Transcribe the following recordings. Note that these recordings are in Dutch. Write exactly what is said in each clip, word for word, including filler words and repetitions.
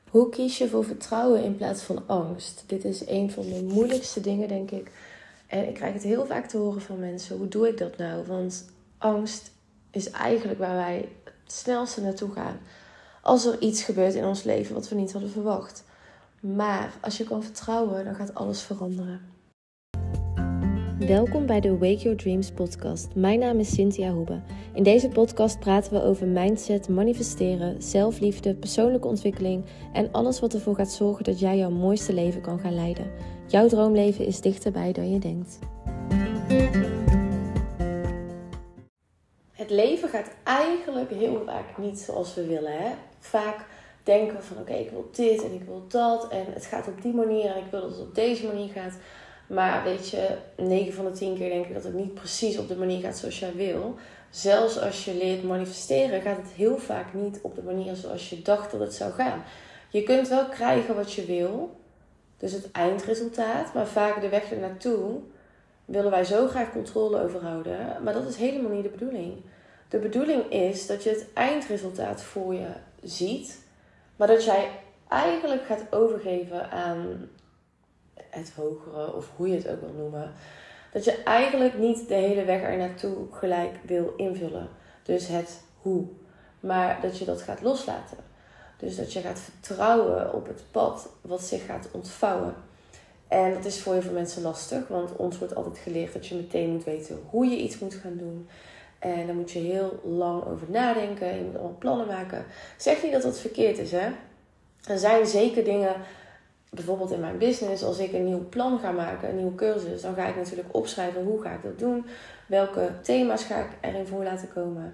Hoe kies je voor vertrouwen in plaats van angst? Dit is een van de moeilijkste dingen, denk ik. En ik krijg het heel vaak te horen van mensen. Hoe doe ik dat nou? Want angst is eigenlijk waar wij het snelste naartoe gaan. Als er iets gebeurt in ons leven wat we niet hadden verwacht. Maar als je kan vertrouwen, dan gaat alles veranderen. Welkom bij de Wake Your Dreams podcast. Mijn naam is Cynthia Hoebe. In deze podcast praten we over mindset, manifesteren, zelfliefde, persoonlijke ontwikkeling en alles wat ervoor gaat zorgen dat jij jouw mooiste leven kan gaan leiden. Jouw droomleven is dichterbij dan je denkt. Het leven gaat eigenlijk heel vaak niet zoals we willen. Hè? Vaak denken we van oké, okay, ik wil dit en ik wil dat en het gaat op die manier en ik wil dat het op deze manier gaat. Maar weet je, negen van de tien keer denk ik dat het niet precies op de manier gaat zoals jij wil. Zelfs als je leert manifesteren gaat het heel vaak niet op de manier zoals je dacht dat het zou gaan. Je kunt wel krijgen wat je wil, dus het eindresultaat. Maar vaak de weg ernaartoe willen wij zo graag controle over houden. Maar dat is helemaal niet de bedoeling. De bedoeling is dat je het eindresultaat voor je ziet. Maar dat jij eigenlijk gaat overgeven aan het hogere, of hoe je het ook wil noemen. Dat je eigenlijk niet de hele weg er naartoe gelijk wil invullen. Dus het hoe. Maar dat je dat gaat loslaten. Dus dat je gaat vertrouwen op het pad wat zich gaat ontvouwen. En dat is voor heel veel mensen lastig. Want ons wordt altijd geleerd dat je meteen moet weten hoe je iets moet gaan doen. En daar moet je heel lang over nadenken. Je moet allemaal plannen maken. Ik zeg niet dat dat verkeerd is, hè. Er zijn zeker dingen. Bijvoorbeeld in mijn business, als ik een nieuw plan ga maken, een nieuwe cursus, dan ga ik natuurlijk opschrijven hoe ga ik dat doen. Welke thema's ga ik erin voor laten komen.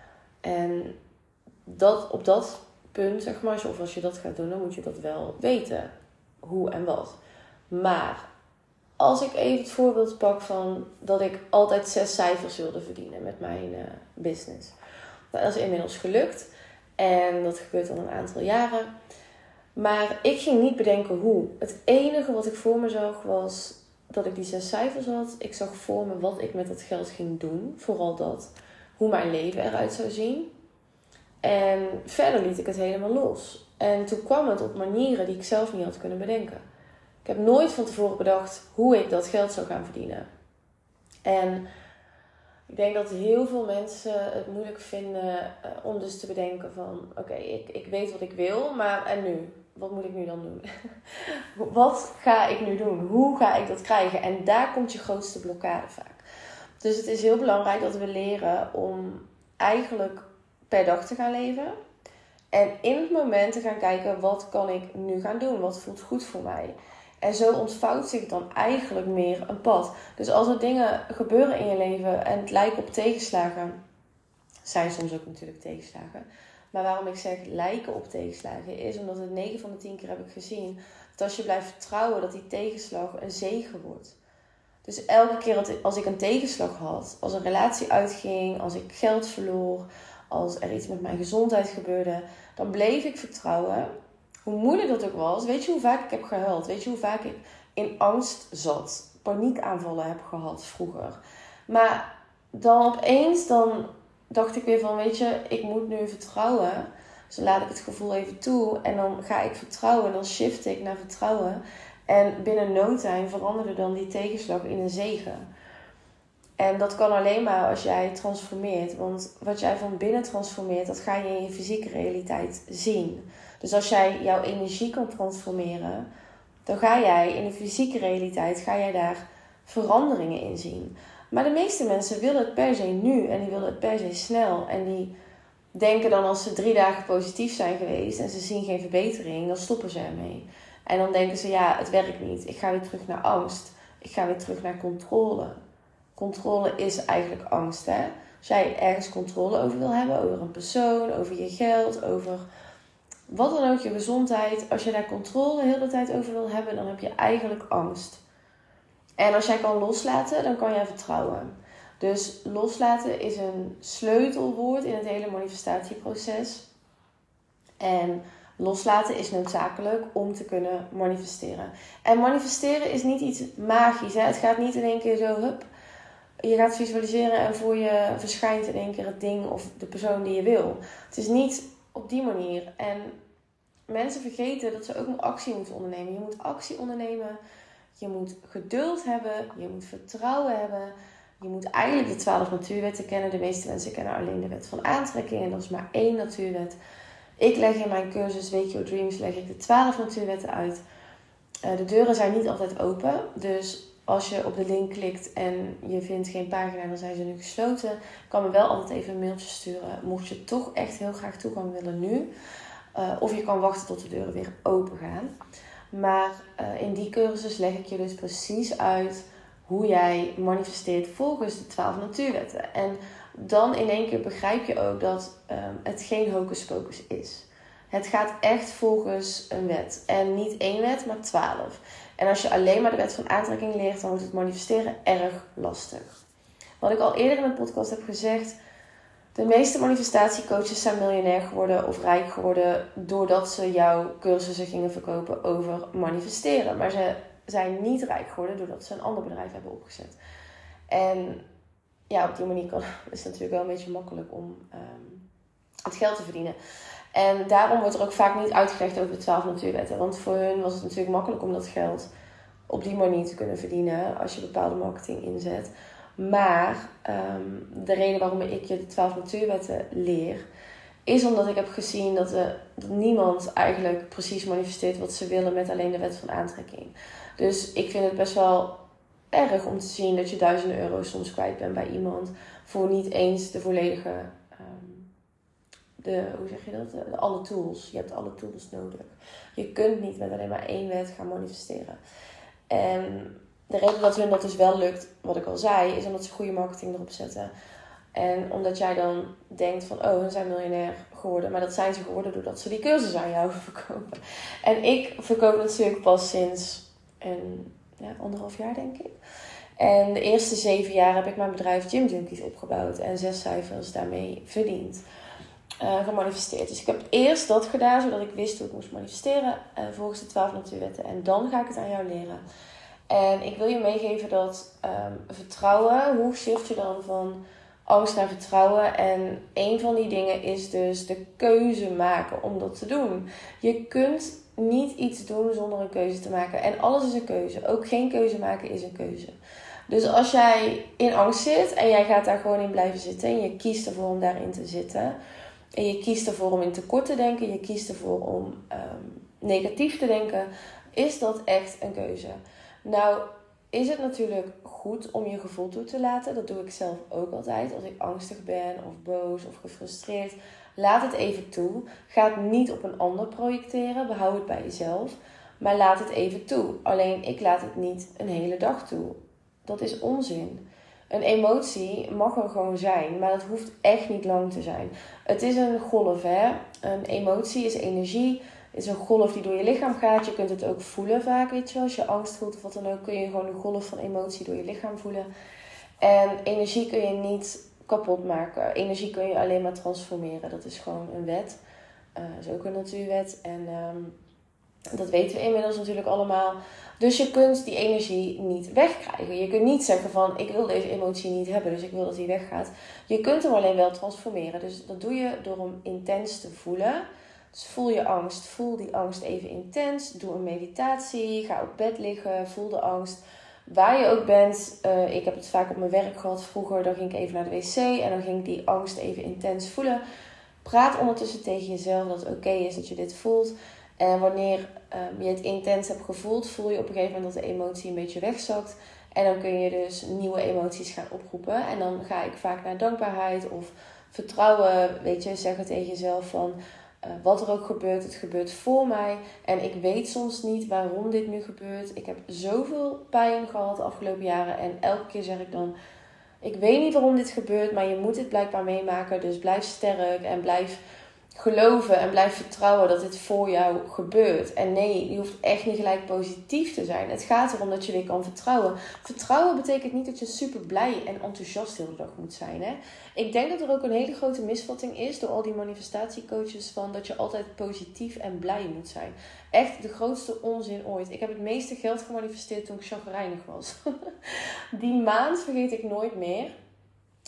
En dat, op dat punt, zeg maar, of als je dat gaat doen, dan moet je dat wel weten. Hoe en wat. Maar als ik even het voorbeeld pak van dat ik altijd zes cijfers wilde verdienen met mijn uh, business. Nou, dat is inmiddels gelukt. En dat gebeurt al een aantal jaren. Maar ik ging niet bedenken hoe. Het enige wat ik voor me zag was dat ik die zes cijfers had. Ik zag voor me wat ik met dat geld ging doen. Vooral dat. Hoe mijn leven eruit zou zien. En verder liet ik het helemaal los. En toen kwam het op manieren die ik zelf niet had kunnen bedenken. Ik heb nooit van tevoren bedacht hoe ik dat geld zou gaan verdienen. En ik denk dat heel veel mensen het moeilijk vinden uh, om dus te bedenken van oké, okay, ik, ik weet wat ik wil, maar en nu? Wat moet ik nu dan doen? Wat ga ik nu doen? Hoe ga ik dat krijgen? En daar komt je grootste blokkade vaak. Dus het is heel belangrijk dat we leren om eigenlijk per dag te gaan leven. En in het moment te gaan kijken, wat kan ik nu gaan doen? Wat voelt goed voor mij? En zo ontvouwt zich dan eigenlijk meer een pad. Dus als er dingen gebeuren in je leven en het lijkt op tegenslagen, zijn soms ook natuurlijk tegenslagen. Maar waarom ik zeg lijken op tegenslagen is omdat het negen van de tien keer heb ik gezien dat als je blijft vertrouwen dat die tegenslag een zegen wordt. Dus elke keer als ik een tegenslag had, als een relatie uitging, als ik geld verloor, als er iets met mijn gezondheid gebeurde, dan bleef ik vertrouwen. Hoe moeilijk dat ook was, weet je hoe vaak ik heb gehuild? Weet je hoe vaak ik in angst zat? Paniekaanvallen heb gehad vroeger. Maar dan opeens, dan dacht ik weer van, weet je, ik moet nu vertrouwen. Dus dan laat ik het gevoel even toe en dan ga ik vertrouwen. En dan shift ik naar vertrouwen. En binnen no time veranderde dan die tegenslag in een zegen. En dat kan alleen maar als jij transformeert. Want wat jij van binnen transformeert, dat ga je in je fysieke realiteit zien. Dus als jij jouw energie kan transformeren, dan ga jij in de fysieke realiteit, ga jij daar veranderingen in zien. Maar de meeste mensen willen het per se nu en die willen het per se snel. En die denken dan als ze drie dagen positief zijn geweest en ze zien geen verbetering, dan stoppen ze ermee. En dan denken ze, ja, het werkt niet. Ik ga weer terug naar angst. Ik ga weer terug naar controle. Controle is eigenlijk angst, hè? Als jij ergens controle over wil hebben, over een persoon, over je geld, over wat dan ook, je gezondheid. Als je daar controle heel de tijd over wil hebben, dan heb je eigenlijk angst. En als jij kan loslaten, dan kan jij vertrouwen. Dus loslaten is een sleutelwoord in het hele manifestatieproces. En loslaten is noodzakelijk om te kunnen manifesteren. En manifesteren is niet iets magisch, hè? Het gaat niet in één keer zo, hup. Je gaat visualiseren en voor je verschijnt in één keer het ding of de persoon die je wil. Het is niet op die manier. En mensen vergeten dat ze ook een actie moeten ondernemen. Je moet actie ondernemen. Je moet geduld hebben. Je moet vertrouwen hebben. Je moet eigenlijk de twaalf natuurwetten kennen. De meeste mensen kennen alleen de wet van aantrekking. En dat is maar één natuurwet. Ik leg in mijn cursus Wake Your Dreams leg ik de twaalf natuurwetten uit. Uh, de deuren zijn niet altijd open. Dus als je op de link klikt en je vindt geen pagina, dan zijn ze nu gesloten. Ik kan me wel altijd even een mailtje sturen. Mocht je toch echt heel graag toegang willen nu. Uh, of je kan wachten tot de deuren weer open gaan. Maar uh, in die cursus leg ik je dus precies uit hoe jij manifesteert volgens de twaalf natuurwetten. En dan in één keer begrijp je ook dat um, het geen hocus pocus is. Het gaat echt volgens een wet. En niet één wet, maar twaalf. En als je alleen maar de wet van aantrekking leert, dan wordt het manifesteren erg lastig. Wat ik al eerder in de podcast heb gezegd, de meeste manifestatiecoaches zijn miljonair geworden of rijk geworden doordat ze jouw cursussen gingen verkopen over manifesteren. Maar ze zijn niet rijk geworden doordat ze een ander bedrijf hebben opgezet. En ja, op die manier kan, is het natuurlijk wel een beetje makkelijk om um, het geld te verdienen. En daarom wordt er ook vaak niet uitgelegd over de twaalf natuurwetten. Want voor hun was het natuurlijk makkelijk om dat geld op die manier te kunnen verdienen als je bepaalde marketing inzet. Maar um, de reden waarom ik je de twaalf natuurwetten leer, is omdat ik heb gezien dat, de, dat niemand eigenlijk precies manifesteert wat ze willen met alleen de wet van aantrekking. Dus ik vind het best wel erg om te zien dat je duizenden euro's soms kwijt bent bij iemand voor niet eens de volledige, um, de, hoe zeg je dat, de, de, alle tools. Je hebt alle tools nodig. Je kunt niet met alleen maar één wet gaan manifesteren. En de reden dat hun dat dus wel lukt, wat ik al zei, is omdat ze goede marketing erop zetten. En omdat jij dan denkt van, oh, hun zijn miljonair geworden. Maar dat zijn ze geworden doordat ze die cursus aan jou verkopen. En ik verkoop natuurlijk pas sinds een, ja, anderhalf jaar, denk ik. En de eerste zeven jaar heb ik mijn bedrijf Gym Junkies opgebouwd. En zes cijfers daarmee verdiend. Uh, gemanifesteerd. Dus ik heb eerst dat gedaan, zodat ik wist hoe ik moest manifesteren. Uh, volgens de twaalf natuurwetten. En dan ga ik het aan jou leren. En ik wil je meegeven dat um, vertrouwen, hoe shift je dan van angst naar vertrouwen? En een van die dingen is dus de keuze maken om dat te doen. Je kunt niet iets doen zonder een keuze te maken. En alles is een keuze. Ook geen keuze maken is een keuze. Dus als jij in angst zit en jij gaat daar gewoon in blijven zitten en je kiest ervoor om daarin te zitten. En je kiest ervoor om in tekort te denken. Je kiest ervoor om um, negatief te denken. Is dat echt een keuze? Nou, is het natuurlijk goed om je gevoel toe te laten. Dat doe ik zelf ook altijd. Als ik angstig ben of boos of gefrustreerd. Laat het even toe. Ga het niet op een ander projecteren. Behoud het bij jezelf. Maar laat het even toe. Alleen ik laat het niet een hele dag toe. Dat is onzin. Een emotie mag er gewoon zijn. Maar dat hoeft echt niet lang te zijn. Het is een golf, hè. Een emotie is energie. Het is een golf die door je lichaam gaat. Je kunt het ook voelen vaak, weet je wel. Als je angst voelt of wat dan ook, kun je gewoon een golf van emotie door je lichaam voelen. En energie kun je niet kapot maken. Energie kun je alleen maar transformeren. Dat is gewoon een wet. Uh, dat is ook een natuurwet. En um, dat weten we inmiddels natuurlijk allemaal. Dus je kunt die energie niet wegkrijgen. Je kunt niet zeggen van, ik wil deze emotie niet hebben, dus ik wil dat die weggaat. Je kunt hem alleen wel transformeren. Dus dat doe je door hem intens te voelen. Dus voel je angst. Voel die angst even intens. Doe een meditatie. Ga op bed liggen. Voel de angst. Waar je ook bent. Uh, ik heb het vaak op mijn werk gehad vroeger. Dan ging ik even naar de wc. En dan ging ik die angst even intens voelen. Praat ondertussen tegen jezelf dat het oké okay is dat je dit voelt. En wanneer um, je het intens hebt gevoeld, voel je op een gegeven moment dat de emotie een beetje wegzakt. En dan kun je dus nieuwe emoties gaan oproepen. En dan ga ik vaak naar dankbaarheid of vertrouwen. Weet je, zeggen tegen jezelf van, Uh, wat er ook gebeurt, het gebeurt voor mij. En ik weet soms niet waarom dit nu gebeurt. Ik heb zoveel pijn gehad de afgelopen jaren. En elke keer zeg ik dan, ik weet niet waarom dit gebeurt, maar je moet dit blijkbaar meemaken. Dus blijf sterk en blijf geloven en blijf vertrouwen dat dit voor jou gebeurt. En nee, je hoeft echt niet gelijk positief te zijn. Het gaat erom dat je weer kan vertrouwen. Vertrouwen betekent niet dat je super blij en enthousiast de hele dag moet zijn. Hè? Ik denk dat er ook een hele grote misvatting is door al die manifestatiecoaches van dat je altijd positief en blij moet zijn. Echt de grootste onzin ooit. Ik heb het meeste geld gemanifesteerd toen ik chagrijnig was. Die maand vergeet ik nooit meer.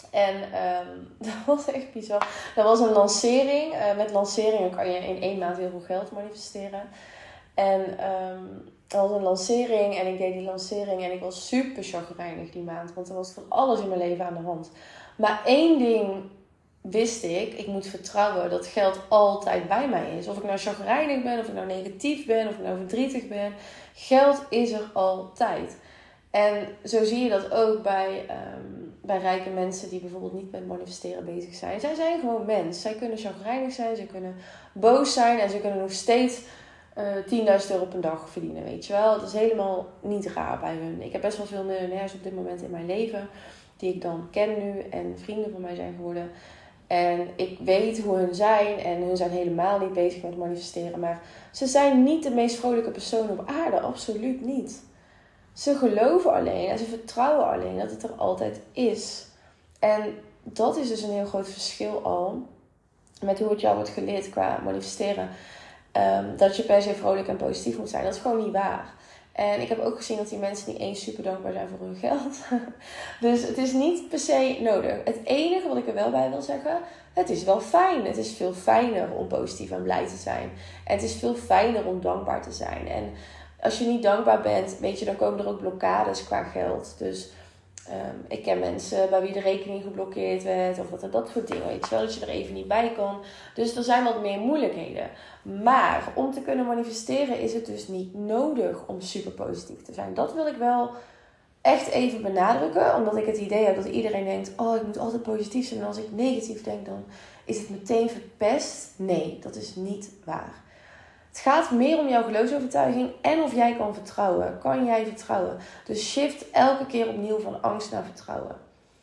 En um, dat was echt bizar. Dat was een lancering. Uh, met lanceringen kan je in één maand heel veel geld manifesteren. En um, dat was een lancering en ik deed die lancering en ik was super chagrijnig die maand. Want er was van alles in mijn leven aan de hand. Maar één ding wist ik, ik moet vertrouwen dat geld altijd bij mij is. Of ik nou chagrijnig ben, of ik nou negatief ben, of ik nou verdrietig ben. Geld is er altijd. En zo zie je dat ook bij, um, bij rijke mensen die bijvoorbeeld niet met manifesteren bezig zijn. Zij zijn gewoon mens. Zij kunnen chagrijnig zijn, ze kunnen boos zijn en ze kunnen nog steeds uh, tienduizend euro op een dag verdienen, weet je wel. Dat is helemaal niet raar bij hun. Ik heb best wel veel miljonairs op dit moment in mijn leven, die ik dan ken nu en vrienden van mij zijn geworden. En ik weet hoe hun zijn en hun zijn helemaal niet bezig met manifesteren. Maar ze zijn niet de meest vrolijke persoon op aarde, absoluut niet. Ze geloven alleen en ze vertrouwen alleen dat het er altijd is. En dat is dus een heel groot verschil al met hoe het jou wordt geleerd qua manifesteren. Um, dat je per se vrolijk en positief moet zijn. Dat is gewoon niet waar. En ik heb ook gezien dat die mensen niet eens super dankbaar zijn voor hun geld. Dus het is niet per se nodig. Het enige wat ik er wel bij wil zeggen, het is wel fijn. Het is veel fijner om positief en blij te zijn. En het is veel fijner om dankbaar te zijn. En als je niet dankbaar bent, weet je, dan komen er ook blokkades qua geld. Dus um, ik ken mensen bij wie de rekening geblokkeerd werd. Of wat dat soort dingen. Weet je wel, dat je er even niet bij kan. Dus er zijn wat meer moeilijkheden. Maar om te kunnen manifesteren is het dus niet nodig om super positief te zijn. Dat wil ik wel echt even benadrukken. Omdat ik het idee heb dat iedereen denkt, oh, ik moet altijd positief zijn. En als ik negatief denk, dan is het meteen verpest. Nee, dat is niet waar. Het gaat meer om jouw geloofsovertuiging en of jij kan vertrouwen. Kan jij vertrouwen? Dus shift elke keer opnieuw van angst naar vertrouwen.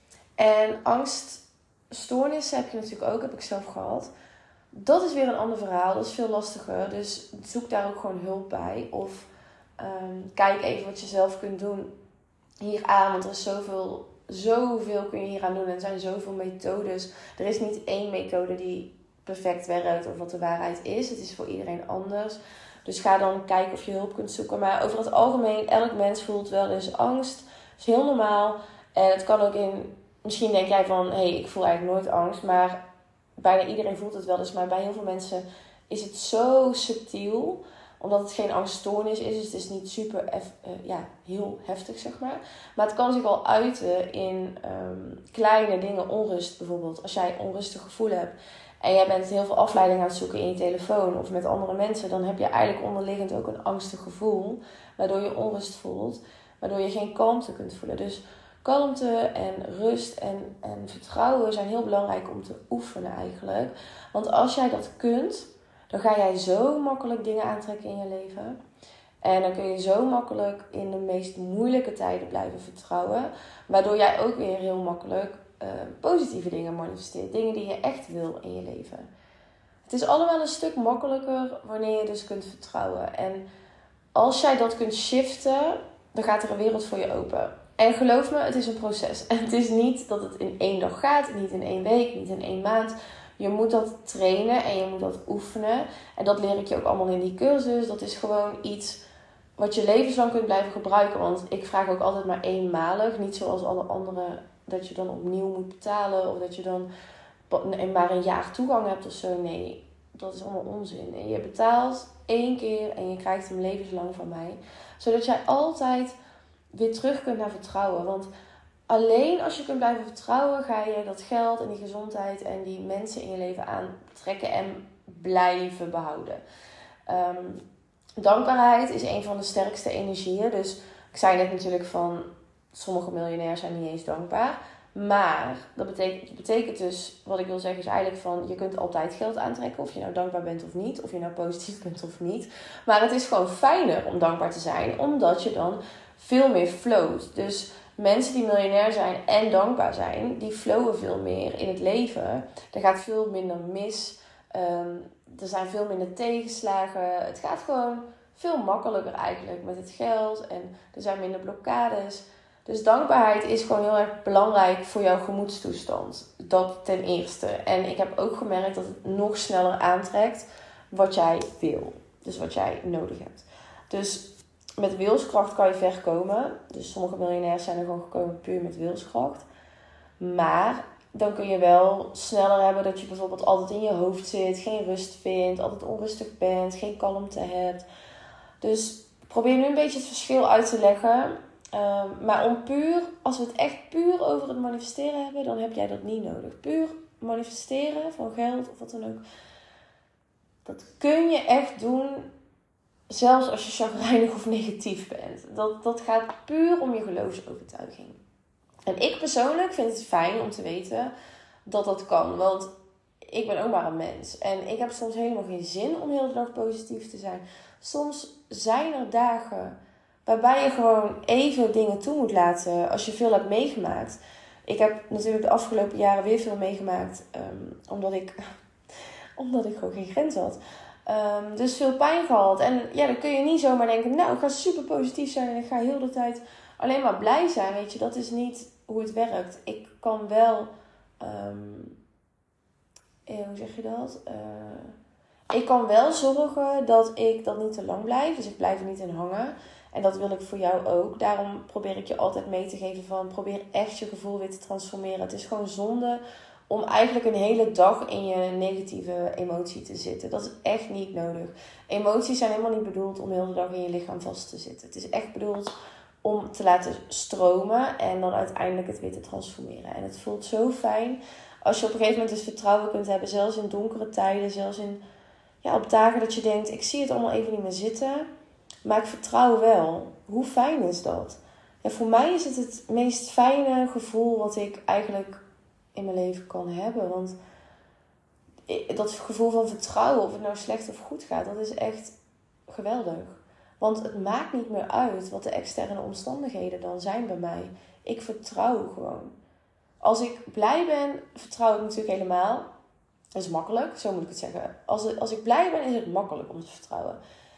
En angststoornissen heb je natuurlijk ook, heb ik zelf gehad. Dat is weer een ander verhaal, dat is veel lastiger. Dus zoek daar ook gewoon hulp bij. Of um, kijk even wat je zelf kunt doen hieraan. Want er is zoveel, zoveel kun je hieraan doen. En er zijn zoveel methodes. Er is niet één methode die perfect werkt of wat de waarheid is. Het is voor iedereen anders. Dus ga dan kijken of je hulp kunt zoeken. Maar over het algemeen, elk mens voelt wel eens angst. Dat is heel normaal. En het kan ook in... Misschien denk jij van, hé, hey, ik voel eigenlijk nooit angst. Maar bijna iedereen voelt het wel eens. Maar bij heel veel mensen is het zo subtiel. Omdat het geen angststoornis is. Dus het is niet super, eff, uh, ja, heel heftig, zeg maar. Maar het kan zich al uiten in um, kleine dingen. Onrust bijvoorbeeld. Als jij een onrustig gevoel hebt. En jij bent heel veel afleiding aan het zoeken in je telefoon of met andere mensen. Dan heb je eigenlijk onderliggend ook een angstig gevoel. Waardoor je onrust voelt. Waardoor je geen kalmte kunt voelen. Dus kalmte en rust en, en vertrouwen zijn heel belangrijk om te oefenen eigenlijk. Want als jij dat kunt, dan ga jij zo makkelijk dingen aantrekken in je leven. En dan kun je zo makkelijk in de meest moeilijke tijden blijven vertrouwen. Waardoor jij ook weer heel makkelijk uh, positieve dingen manifesteert. Dingen die je echt wil in je leven. Het is allemaal een stuk makkelijker wanneer je dus kunt vertrouwen. En als jij dat kunt shiften, dan gaat er een wereld voor je open. En geloof me, het is een proces. En het is niet dat het in één dag gaat, niet in één week, niet in één maand. Je moet dat trainen en je moet dat oefenen. En dat leer ik je ook allemaal in die cursus. Dat is gewoon iets wat je levenslang kunt blijven gebruiken. Want ik vraag ook altijd maar eenmalig. Niet zoals alle anderen dat je dan opnieuw moet betalen. Of dat je dan maar een jaar toegang hebt of zo. Nee, dat is allemaal onzin. En je betaalt één keer en je krijgt hem levenslang van mij. Zodat jij altijd weer terug kunt naar vertrouwen. Want alleen als je kunt blijven vertrouwen, ga je dat geld en die gezondheid en die mensen in je leven aantrekken en blijven behouden. Um, dankbaarheid is een van de sterkste energieën. Dus ik zei net natuurlijk van, sommige miljonairs zijn niet eens dankbaar. Maar dat betekent, dat betekent dus, wat ik wil zeggen is eigenlijk van, je kunt altijd geld aantrekken. Of je nou dankbaar bent of niet. Of je nou positief bent of niet. Maar het is gewoon fijner om dankbaar te zijn. Omdat je dan veel meer flowt. Dus mensen die miljonair zijn en dankbaar zijn, die flowen veel meer in het leven. Er gaat veel minder mis. Um, er zijn veel minder tegenslagen. Het gaat gewoon veel makkelijker eigenlijk met het geld. En er zijn minder blokkades. Dus dankbaarheid is gewoon heel erg belangrijk voor jouw gemoedstoestand. Dat ten eerste. En ik heb ook gemerkt dat het nog sneller aantrekt wat jij wil. Dus wat jij nodig hebt. Dus met wilskracht kan je ver komen. Dus sommige miljonairs zijn er gewoon gekomen puur met wilskracht. Maar dan kun je wel sneller hebben dat je bijvoorbeeld altijd in je hoofd zit, geen rust vindt, altijd onrustig bent, geen kalmte hebt. Dus probeer nu een beetje het verschil uit te leggen. Um, maar om puur, als we het echt puur over het manifesteren hebben, dan heb jij dat niet nodig. Puur manifesteren van geld of wat dan ook. Dat kun je echt doen, zelfs als je chagrijnig of negatief bent. Dat, dat gaat puur om je geloofsovertuiging. En ik persoonlijk vind het fijn om te weten dat dat kan. Want ik ben ook maar een mens. En ik heb soms helemaal geen zin om heel de dag positief te zijn. Soms zijn er dagen waarbij je gewoon even dingen toe moet laten als je veel hebt meegemaakt. Ik heb natuurlijk de afgelopen jaren weer veel meegemaakt. Um, omdat ik... Omdat ik gewoon geen grens had. Um, dus veel pijn gehad. En ja, dan kun je niet zomaar denken, nou, ik ga super positief zijn en ik ga heel de tijd alleen maar blij zijn. Weet je, dat is niet hoe het werkt. Ik kan wel, um, eh, hoe zeg je dat? Uh, ik kan wel zorgen dat ik dat niet te lang blijf. Dus ik blijf er niet in hangen. En dat wil ik voor jou ook. Daarom probeer ik je altijd mee te geven van, probeer echt je gevoel weer te transformeren. Het is gewoon zonde om eigenlijk een hele dag in je negatieve emotie te zitten. Dat is echt niet nodig. Emoties zijn helemaal niet bedoeld om heel de dag in je lichaam vast te zitten. Het is echt bedoeld om te laten stromen en dan uiteindelijk het weer te transformeren. En het voelt zo fijn als je op een gegeven moment dus vertrouwen kunt hebben. Zelfs in donkere tijden, zelfs in, ja, op dagen dat je denkt, ik zie het allemaal even niet meer zitten. Maar ik vertrouw wel. Hoe fijn is dat? En voor mij is het het meest fijne gevoel wat ik eigenlijk in mijn leven kan hebben. Want dat gevoel van vertrouwen, of het nou slecht of goed gaat, dat is echt geweldig. Want het maakt niet meer uit wat de externe omstandigheden dan zijn bij mij. Ik vertrouw gewoon. Als ik blij ben, vertrouw ik natuurlijk helemaal. Dat is makkelijk, zo moet ik het zeggen. Als, het, als ik blij ben, is het makkelijk om te vertrouwen.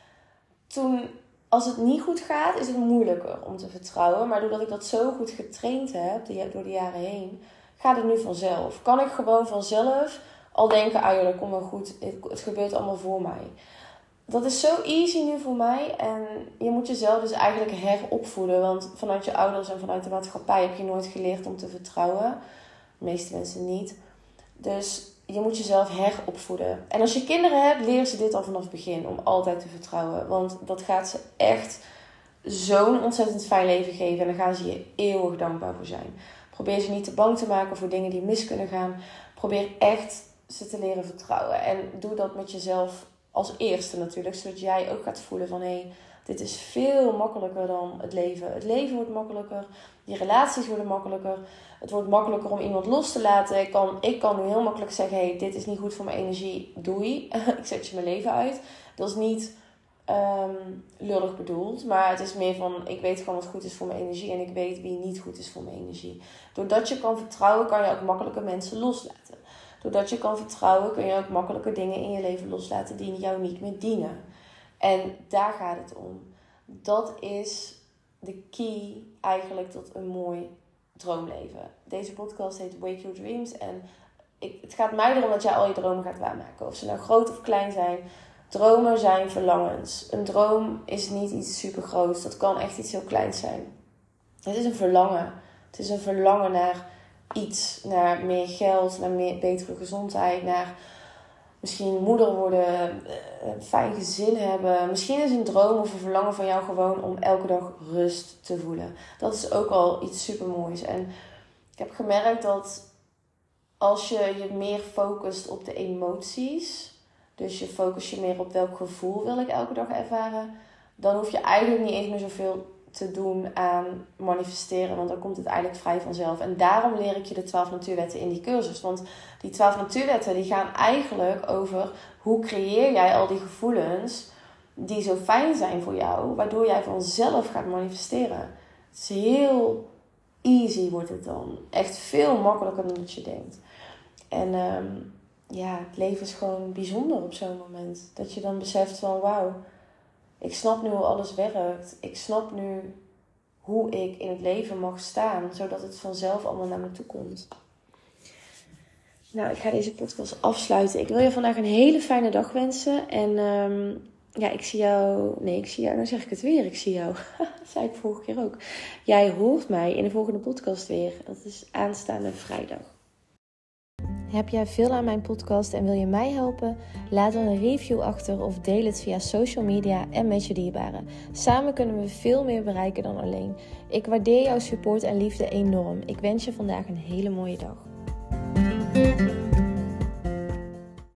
Toen, als het niet goed gaat, is het moeilijker om te vertrouwen. Maar doordat ik dat zo goed getraind heb, door de jaren heen, gaat het nu vanzelf. Kan ik gewoon vanzelf al denken, ah joh, dat komt wel goed. Het, het gebeurt allemaal voor mij. Dat is zo easy nu voor mij. En je moet jezelf dus eigenlijk heropvoeden. Want vanuit je ouders en vanuit de maatschappij heb je nooit geleerd om te vertrouwen. De meeste mensen niet. Dus je moet jezelf heropvoeden. En als je kinderen hebt, leer ze dit al vanaf het begin. Om altijd te vertrouwen. Want dat gaat ze echt zo'n ontzettend fijn leven geven. En daar gaan ze je eeuwig dankbaar voor zijn. Probeer ze niet te bang te maken voor dingen die mis kunnen gaan. Probeer echt ze te leren vertrouwen. En doe dat met jezelf als eerste natuurlijk. Zodat jij ook gaat voelen van, hé, hey, dit is veel makkelijker dan het leven. Het leven wordt makkelijker. Die relaties worden makkelijker. Het wordt makkelijker om iemand los te laten. Ik kan, ik kan nu heel makkelijk zeggen, hé, hey, dit is niet goed voor mijn energie. Doei. Ik zet je mijn leven uit. Dat is niet um, lullig bedoeld. Maar het is meer van, ik weet gewoon wat goed is voor mijn energie. En ik weet wie niet goed is voor mijn energie. Doordat je kan vertrouwen, kan je ook makkelijker mensen loslaten. Doordat je kan vertrouwen, kun je ook makkelijker dingen in je leven loslaten die jou niet meer dienen. En daar gaat het om. Dat is de key eigenlijk tot een mooi droomleven. Deze podcast heet Wake Your Dreams. En ik, het gaat mij erom dat jij al je dromen gaat waarmaken. Of ze nou groot of klein zijn. Dromen zijn verlangens. Een droom is niet iets super groots. Dat kan echt iets heel kleins zijn. Het is een verlangen. Het is een verlangen naar iets. Naar meer geld, naar meer betere gezondheid, naar misschien moeder worden, een fijn gezin hebben. Misschien is een droom of een verlangen van jou gewoon om elke dag rust te voelen. Dat is ook al iets supermoois. En ik heb gemerkt dat als je je meer focust op de emoties, dus je focust je meer op welk gevoel wil ik elke dag ervaren, dan hoef je eigenlijk niet eens meer zoveel te doen aan manifesteren, want dan komt het eigenlijk vrij vanzelf. En daarom leer ik je de twaalf natuurwetten in die cursus. Want die twaalf natuurwetten die gaan eigenlijk over hoe creëer jij al die gevoelens die zo fijn zijn voor jou, waardoor jij vanzelf gaat manifesteren. Het is heel easy wordt het dan. Echt veel makkelijker dan dat je denkt. En um, ja, het leven is gewoon bijzonder op zo'n moment. Dat je dan beseft van wauw, ik snap nu hoe alles werkt. Ik snap nu hoe ik in het leven mag staan. Zodat het vanzelf allemaal naar me toe komt. Nou, ik ga deze podcast afsluiten. Ik wil je vandaag een hele fijne dag wensen. En um, ja, ik zie jou... Nee, ik zie jou... Nou zeg ik het weer. Ik zie jou. Dat zei ik vorige keer ook. Jij hoort mij in de volgende podcast weer. Dat is aanstaande vrijdag. Heb jij veel aan mijn podcast en wil je mij helpen? Laat dan een review achter of deel het via social media en met je dierbaren. Samen kunnen we veel meer bereiken dan alleen. Ik waardeer jouw support en liefde enorm. Ik wens je vandaag een hele mooie dag.